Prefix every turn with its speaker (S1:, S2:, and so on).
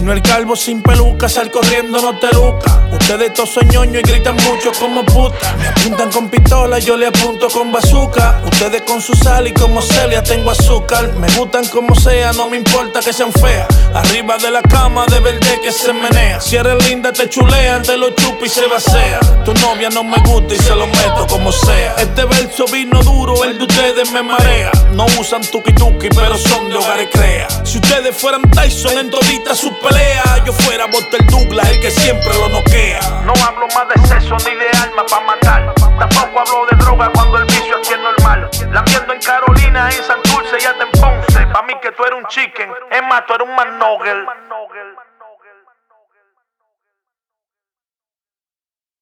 S1: Vino el calvo sin peluca, sal corriendo no te educa. Ustedes todos son ñoños y gritan mucho como puta. Me apuntan con pistola, yo le apunto con bazooka. Ustedes con su sal y como Celia tengo azúcar. Me gustan como sea, no me importa que sean feas. Arriba de la cama de verde que se menea. Si eres linda te chulean, te lo chupa y se vacea. Tu novia no me gusta y se lo meto como sea. Este verso vino duro, el de ustedes me marea. No usan tuki tuki, pero son de hogares crea. Si ustedes fueran Tyson en todita sus peleas, yo fuera Buster Douglas, el que siempre lo noquea.
S2: No hablo más de sexo ni de armas pa' matar. Tampoco hablo de droga cuando el vicio aquí es normal. Lambiendo en Carolina, en Santurce y hasta en Ponce. Pa' mí que tú eres un chicken, es más, tú eres un McNugget.